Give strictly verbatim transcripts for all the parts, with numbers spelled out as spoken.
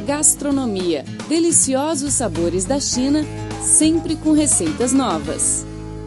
Gastronomia. Deliciosos sabores da China, sempre com receitas novas.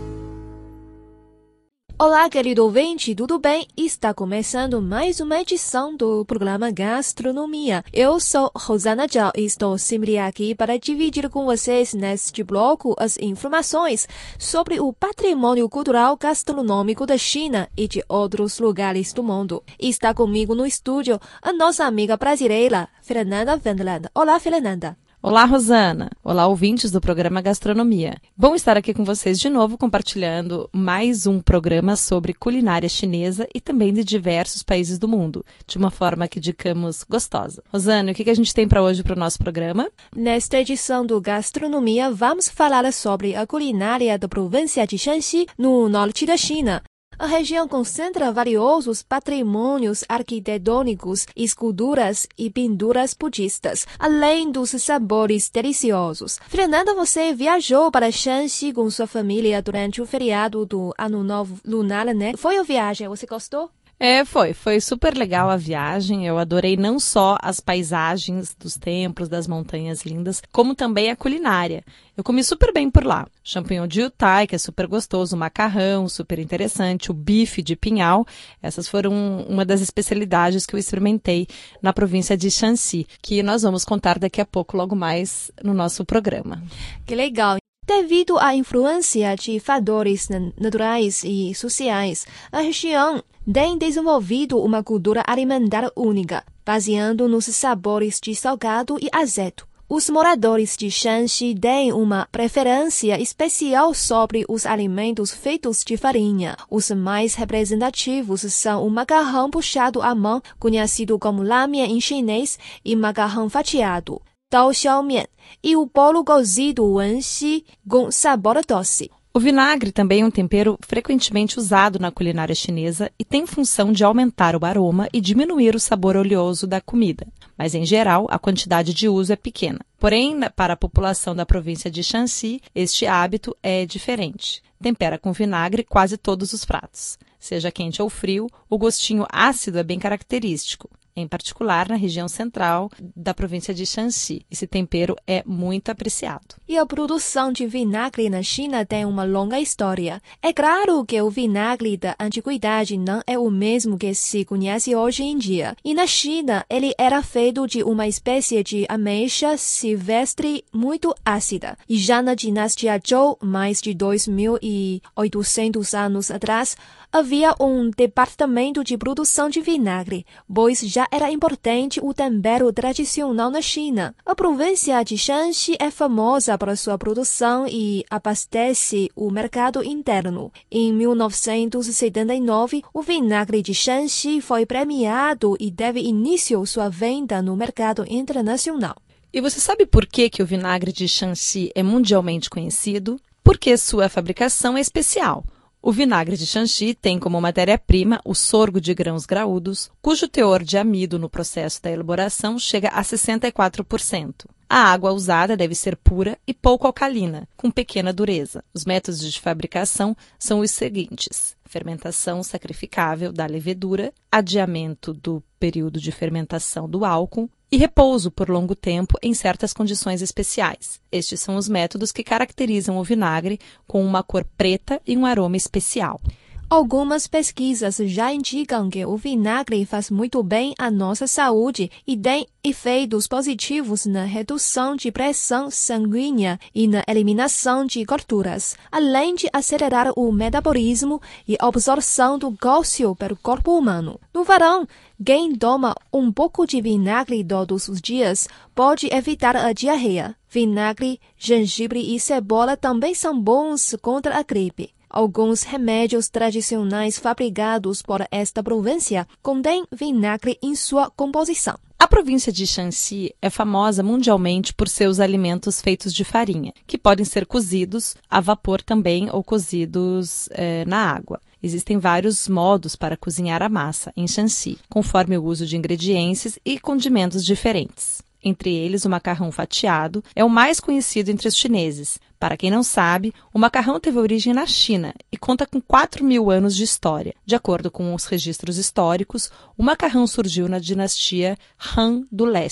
Olá, querido ouvinte, tudo bem? Está começando mais uma edição do programa Gastronomia. Eu sou Rosana Zhao e estou sempre aqui para dividir com vocês neste bloco as informações sobre o patrimônio cultural gastronômico da China e de outros lugares do mundo. Está comigo no estúdio a nossa amiga brasileira, Fernanda Wendland. Olá, Fernanda. Olá, Rosana! Olá, ouvintes do programa Gastronomia. Bom estar aqui com vocês de novo, compartilhando mais um programa sobre culinária chinesa e também de diversos países do mundo, de uma forma que digamos gostosa. Rosana, o que a gente tem para hoje para o nosso programa? Nesta edição do Gastronomia, vamos falar sobre a culinária da província de Shanxi, no norte da China. A região concentra valiosos patrimônios arquitetônicos, esculturas e pinturas budistas, além dos sabores deliciosos. Fernanda, você viajou para Shanxi com sua família durante o feriado do Ano Novo Lunar, né? Foi a viagem? Você gostou? É, foi. Foi super legal a viagem. Eu adorei não só as paisagens dos templos, das montanhas lindas, como também a culinária. Eu comi super bem por lá. Champignon de Yutai, que é super gostoso, o macarrão, super interessante, o bife de pinhal. Essas foram uma das especialidades que eu experimentei na província de Shanxi, que nós vamos contar daqui a pouco, logo mais, no nosso programa. Que legal! Devido à influência de fatores naturais e sociais, a região tem desenvolvido uma cultura alimentar única, baseando nos sabores de salgado e azedo. Os moradores de Shanxi têm uma preferência especial sobre os alimentos feitos de farinha. Os mais representativos são o macarrão puxado à mão, conhecido como lamen em chinês, e macarrão fatiado, Dao Xiao Mian, e o bolo cozido Wenxi, com sabor doce. O vinagre também é um tempero frequentemente usado na culinária chinesa e tem função de aumentar o aroma e diminuir o sabor oleoso da comida. Mas, em geral, a quantidade de uso é pequena. Porém, para a população da província de Shanxi, este hábito é diferente. Tempera com vinagre quase todos os pratos. Seja quente ou frio, o gostinho ácido é bem característico. Em particular na região central da província de Shanxi. Esse tempero é muito apreciado. E a produção de vinagre na China tem uma longa história. É claro que o vinagre da antiguidade não é o mesmo que se conhece hoje em dia. E na China, ele era feito de uma espécie de ameixa silvestre muito ácida. E já na dinastia Zhou, mais de dois mil e oitocentos anos atrás, havia um departamento de produção de vinagre, pois já era importante o tempero tradicional na China. A província de Shanxi é famosa por sua produção e abastece o mercado interno. Em mil novecentos e setenta e nove, o vinagre de Shanxi foi premiado e teve início sua venda no mercado internacional. E você sabe por que, que o vinagre de Shanxi é mundialmente conhecido? Porque sua fabricação é especial. O vinagre de Shanxi tem como matéria-prima o sorgo de grãos graúdos, cujo teor de amido no processo da elaboração chega a sessenta e quatro por cento. A água usada deve ser pura e pouco alcalina, com pequena dureza. Os métodos de fabricação são os seguintes: fermentação sacrificável da levedura, adiamento do período de fermentação do álcool e repouso por longo tempo em certas condições especiais. Estes são os métodos que caracterizam o vinagre com uma cor preta e um aroma especial. Algumas pesquisas já indicam que o vinagre faz muito bem à nossa saúde e tem efeitos positivos na redução de pressão sanguínea e na eliminação de gorduras, além de acelerar o metabolismo e a absorção do cálcio pelo corpo humano. No verão, quem toma um pouco de vinagre todos os dias pode evitar a diarreia. Vinagre, gengibre e cebola também são bons contra a gripe. Alguns remédios tradicionais fabricados por esta província contêm vinagre em sua composição. A província de Shanxi é famosa mundialmente por seus alimentos feitos de farinha, que podem ser cozidos a vapor também ou cozidos eh, na água. Existem vários modos para cozinhar a massa em Shanxi, conforme o uso de ingredientes e condimentos diferentes. Entre eles, o macarrão fatiado é o mais conhecido entre os chineses. Para quem não sabe, o macarrão teve origem na China e conta com quatro mil anos de história. De acordo com os registros históricos, o macarrão surgiu na dinastia Han do Leste,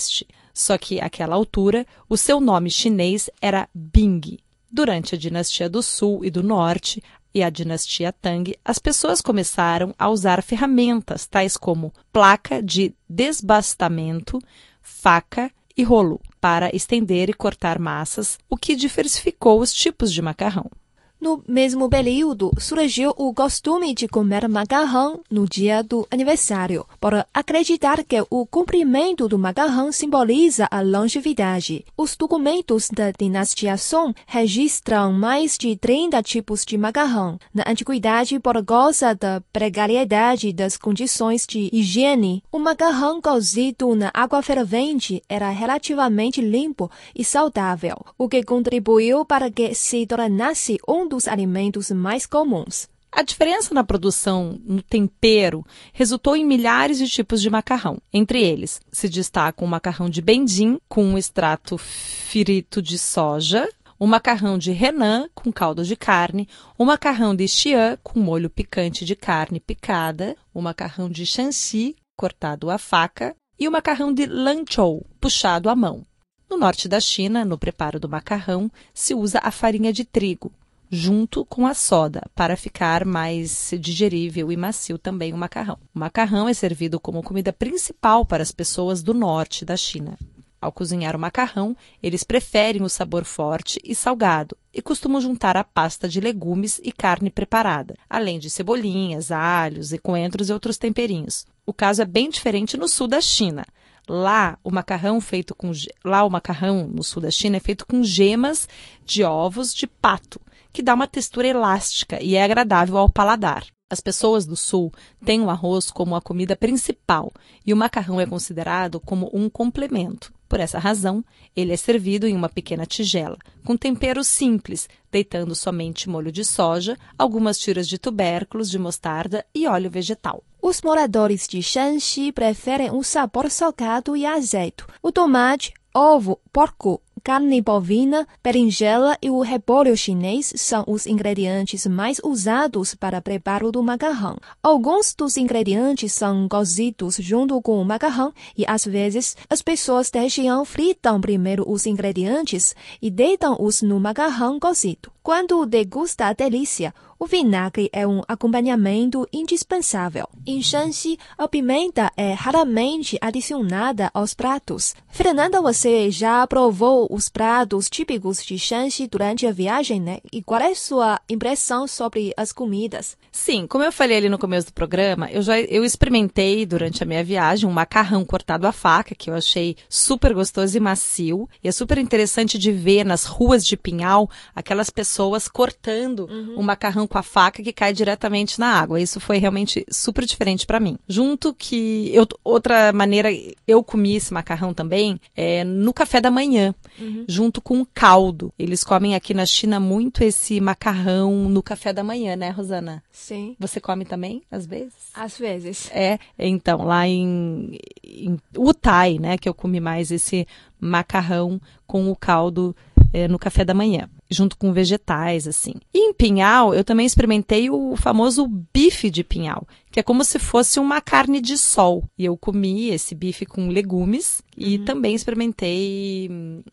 Só que, àquela altura, o seu nome chinês era Bing. Durante a dinastia do Sul e do Norte e a dinastia Tang, as pessoas começaram a usar ferramentas tais como placa de desbastamento, faca e rolo para estender e cortar massas, o que diversificou os tipos de macarrão. No mesmo período, surgiu o costume de comer macarrão no dia do aniversário, por acreditar que o comprimento do macarrão simboliza a longevidade. Os documentos da dinastia Song registram mais de trinta tipos de macarrão. Na antiguidade, por causa da precariedade das condições de higiene, o macarrão cozido na água fervente era relativamente limpo e saudável, o que contribuiu para que se tornasse um dos alimentos mais comuns. A diferença na produção, no tempero, resultou em milhares de tipos de macarrão. Entre eles, se destacam o macarrão de bendim, com um extrato frito de soja, o macarrão de Henan, com caldo de carne, o macarrão de Xi'an, com molho picante de carne picada, o macarrão de Shanxi, cortado à faca, e o macarrão de Lanzhou, puxado à mão. No norte da China, no preparo do macarrão, se usa a farinha de trigo, junto com a soda, para ficar mais digerível e macio também o macarrão. O macarrão é servido como comida principal para as pessoas do norte da China. Ao cozinhar o macarrão, eles preferem o sabor forte e salgado e costumam juntar a pasta de legumes e carne preparada, além de cebolinhas, alhos e coentros e outros temperinhos. O caso é bem diferente no sul da China. Lá o macarrão feito com lá o macarrão no sul da China é feito com gemas de ovos de pato, que dá uma textura elástica e é agradável ao paladar. As pessoas do sul têm o arroz como a comida principal e o macarrão é considerado como um complemento. Por essa razão, ele é servido em uma pequena tigela, com temperos simples, deitando somente molho de soja, algumas tiras de tubérculos de mostarda e óleo vegetal. Os moradores de Shanxi preferem um sabor salgado e azedo. O tomate, ovo, porco, carne bovina, berinjela e o repolho chinês são os ingredientes mais usados para o preparo do macarrão. Alguns dos ingredientes são cozidos junto com o macarrão e, às vezes, as pessoas da região fritam primeiro os ingredientes e deitam-os no macarrão cozido. Quando degusta a delícia, o vinagre é um acompanhamento indispensável. Em Shanxi, a pimenta é raramente adicionada aos pratos. Fernanda, você já provou os pratos típicos de Shanxi durante a viagem, né? E qual é a sua impressão sobre as comidas? Sim, como eu falei ali no começo do programa, eu já eu experimentei durante a minha viagem um macarrão cortado à faca, que eu achei super gostoso e macio. E é super interessante de ver nas ruas de Pinhal aquelas pessoas cortando uhum. o macarrão com a faca que cai diretamente na água. Isso foi realmente super diferente para mim. Junto que eu, outra maneira eu comi esse macarrão também é no café da manhã, uhum. junto com o caldo. Eles comem aqui na China muito esse macarrão no café da manhã, né, Rosana? Sim. Você come também, às vezes? Às vezes. É, então, lá em, em Wutai, né, que eu comi mais esse macarrão com o caldo é, no café da manhã, junto com vegetais, assim. E em Pinhal, eu também experimentei o famoso bife de Pinhal, que é como se fosse uma carne de sol. E eu comi esse bife com legumes e uhum. também experimentei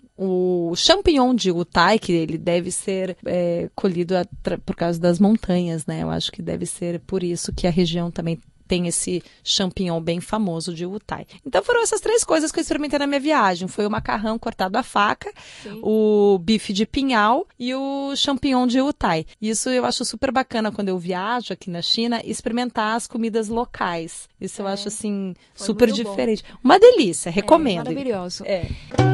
o champignon de Wutai, que ele deve ser é, colhido por causa das montanhas, né? Eu acho que deve ser por isso que a região também tem esse champignon bem famoso de Wutai. Então foram essas três coisas que eu experimentei na minha viagem. Foi o macarrão cortado à faca, Sim. o bife de Pinhal e o champignon de Wutai. Isso eu acho super bacana quando eu viajo aqui na China, experimentar as comidas locais. Isso é. eu acho assim Foi super diferente. Bom. Uma delícia, recomendo. É, maravilhoso. É.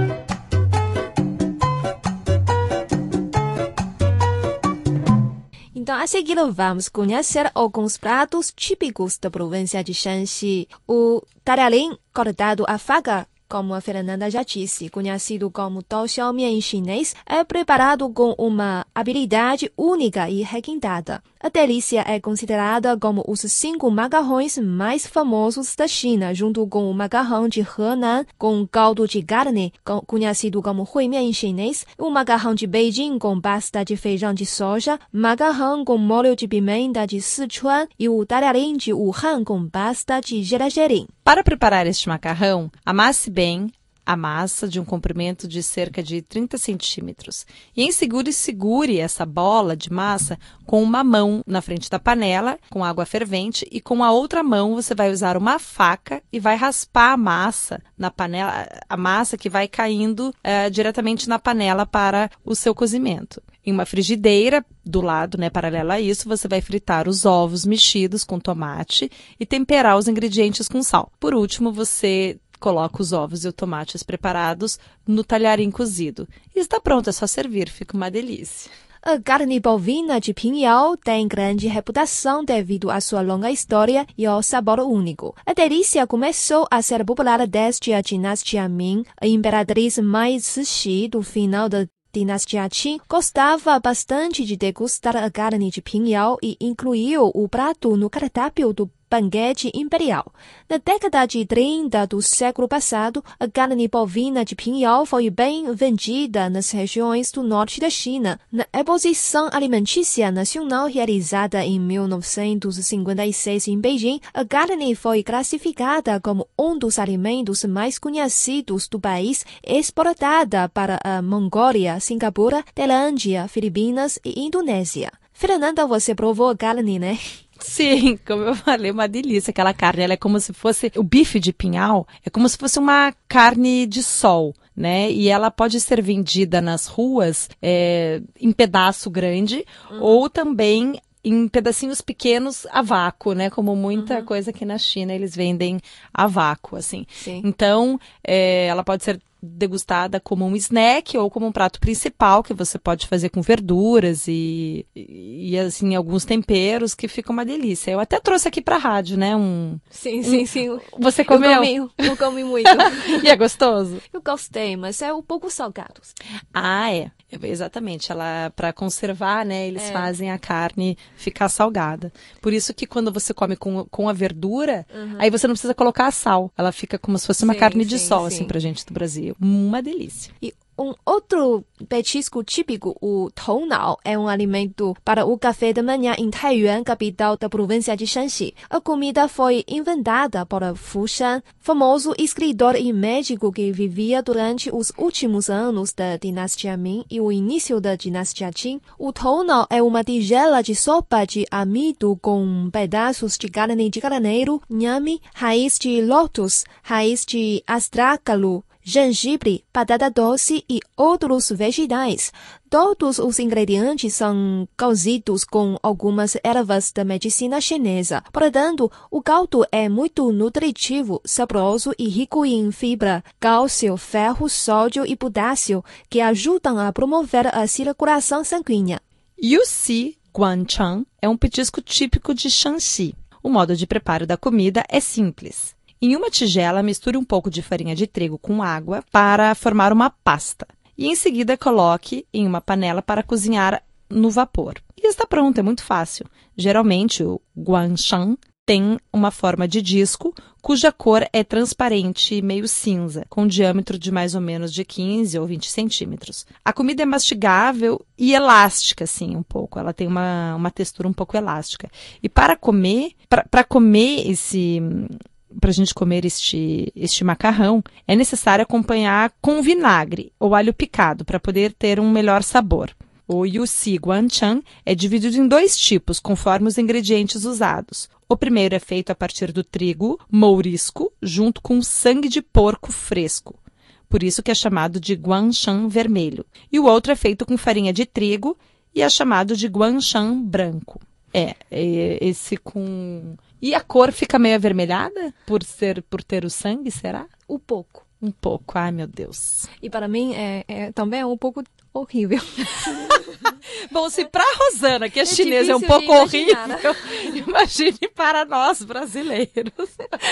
Então, a seguir, vamos conhecer alguns pratos típicos da província de Shanxi. O talharim cortado à faca, como a Fernanda já disse, conhecido como Dao Xiao Mian em chinês, é preparado com uma habilidade única e requintada. A delícia é considerada como os cinco macarrões mais famosos da China, junto com o macarrão de Henan, com caldo de carne, conhecido como Hui Mian em chinês, o macarrão de Beijing com pasta de feijão de soja, macarrão com molho de pimenta de Sichuan e o talharim de Wuhan com pasta de gergelim. Para preparar este macarrão, amasse bem a massa de um comprimento de cerca de trinta centímetros. E em seguida segure essa bola de massa com uma mão na frente da panela, com água fervente, e com a outra mão você vai usar uma faca e vai raspar a massa na panela, a massa que vai caindo uh, diretamente na panela para o seu cozimento. Em uma frigideira, do lado, né, paralela a isso, você vai fritar os ovos mexidos com tomate e temperar os ingredientes com sal. Por último, você coloca os ovos e os tomates preparados no talharim cozido. E está pronto, é só servir, fica uma delícia. A carne bovina de Pinhal tem grande reputação devido à sua longa história e ao sabor único. A delícia começou a ser popular desde a dinastia Ming. A imperatriz Mai Cixi, do final da dinastia Qin, gostava bastante de degustar a carne de Pinhal e incluiu o prato no cardápio do banquete imperial. Na década de trinta do século passado, a carne bovina de Pinhal foi bem vendida nas regiões do norte da China. Na Exposição Alimentícia Nacional realizada em mil novecentos e cinquenta e seis em Beijing, a carne foi classificada como um dos alimentos mais conhecidos do país, exportada para a Mongólia, Singapura, Tailândia, Filipinas e Indonésia. Fernanda, você provou a carne, né? Sim, como eu falei, uma delícia. Aquela carne, ela é como se fosse, o bife de Pinhal é como se fosse uma carne de sol, né? E ela pode ser vendida nas ruas é, em pedaço grande, uhum. ou também em pedacinhos pequenos a vácuo, né? Como muita uhum. coisa aqui na China, eles vendem a vácuo, assim. Sim. Então, é, ela pode ser degustada como um snack ou como um prato principal que você pode fazer com verduras e, e, e assim, alguns temperos que fica uma delícia. Eu até trouxe aqui pra rádio, né? Um, sim, sim, sim. Um, você comeu? Eu comi, eu comi muito. E é gostoso? Eu gostei, mas é um pouco salgado. Ah, é. Exatamente, ela para conservar, né, eles é. fazem a carne ficar salgada. Por isso que quando você come com, com a verdura, uhum. aí você não precisa colocar sal. Ela fica como se fosse uma sim, carne de sim, sol, sim. assim, pra gente do Brasil. Uma delícia. E um outro petisco típico, o tounao, é um alimento para o café da manhã em Taiyuan, capital da província de Shanxi. A comida foi inventada por Fu Shan, famoso escritor e médico que vivia durante os últimos anos da dinastia Ming e o início da dinastia Qin. O tounao é uma tigela de sopa de amido com pedaços de carne de carneiro, inhame, raiz de lótus, raiz de astrágalo, gengibre, batata doce e outros vegetais. Todos os ingredientes são cozidos com algumas ervas da medicina chinesa. Portanto, o caldo é muito nutritivo, saboroso e rico em fibra, cálcio, ferro, sódio e potássio, que ajudam a promover a circulação sanguínea. Yuxi Guanchan é um petisco típico de Shanxi. O modo de preparo da comida é simples. Em uma tigela, misture um pouco de farinha de trigo com água para formar uma pasta. E em seguida, coloque em uma panela para cozinhar no vapor. E está pronto, é muito fácil. Geralmente, o guanshan tem uma forma de disco, cuja cor é transparente e meio cinza, com um diâmetro de mais ou menos de quinze ou vinte centímetros. A comida é mastigável e elástica, assim, um pouco. Ela tem uma, uma textura um pouco elástica. E para comer, para comer esse... Para a gente comer este, este macarrão, é necessário acompanhar com vinagre ou alho picado para poder ter um melhor sabor. O Yuxi Guanchan é dividido em dois tipos, conforme os ingredientes usados. O primeiro é feito a partir do trigo mourisco, junto com sangue de porco fresco. Por isso que é chamado de guanshan vermelho. E o outro é feito com farinha de trigo e é chamado de guanshan branco. É, esse com... E a cor fica meio avermelhada por ser, por ter o sangue, será? Um pouco. Um pouco, ai meu Deus. E para mim é, é também é um pouco horrível. Bom, se para a Rosana, que é, é chinesa, é um pouco horrível, imagine para nós brasileiros.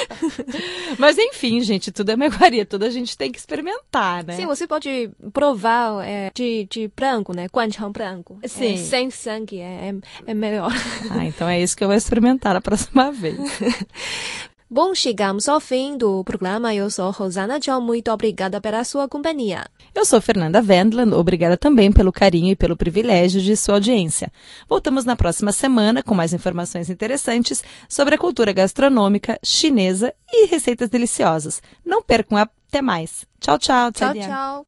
Mas enfim, gente, tudo é uma iguaria, tudo a gente tem que experimentar, né? Sim, você pode provar é, de, de branco, né? Guanchan branco. Sim. É, sem sangue é, é, é melhor. Ah, então é isso que eu vou experimentar a próxima vez. Bom, chegamos ao fim do programa. Eu sou Rosana John. Muito obrigada pela sua companhia. Eu sou Fernanda Wendland. Obrigada também pelo carinho e pelo privilégio de sua audiência. Voltamos na próxima semana com mais informações interessantes sobre a cultura gastronômica chinesa e receitas deliciosas. Não percam a Até mais. Tchau, tchau. Tchau, tchau.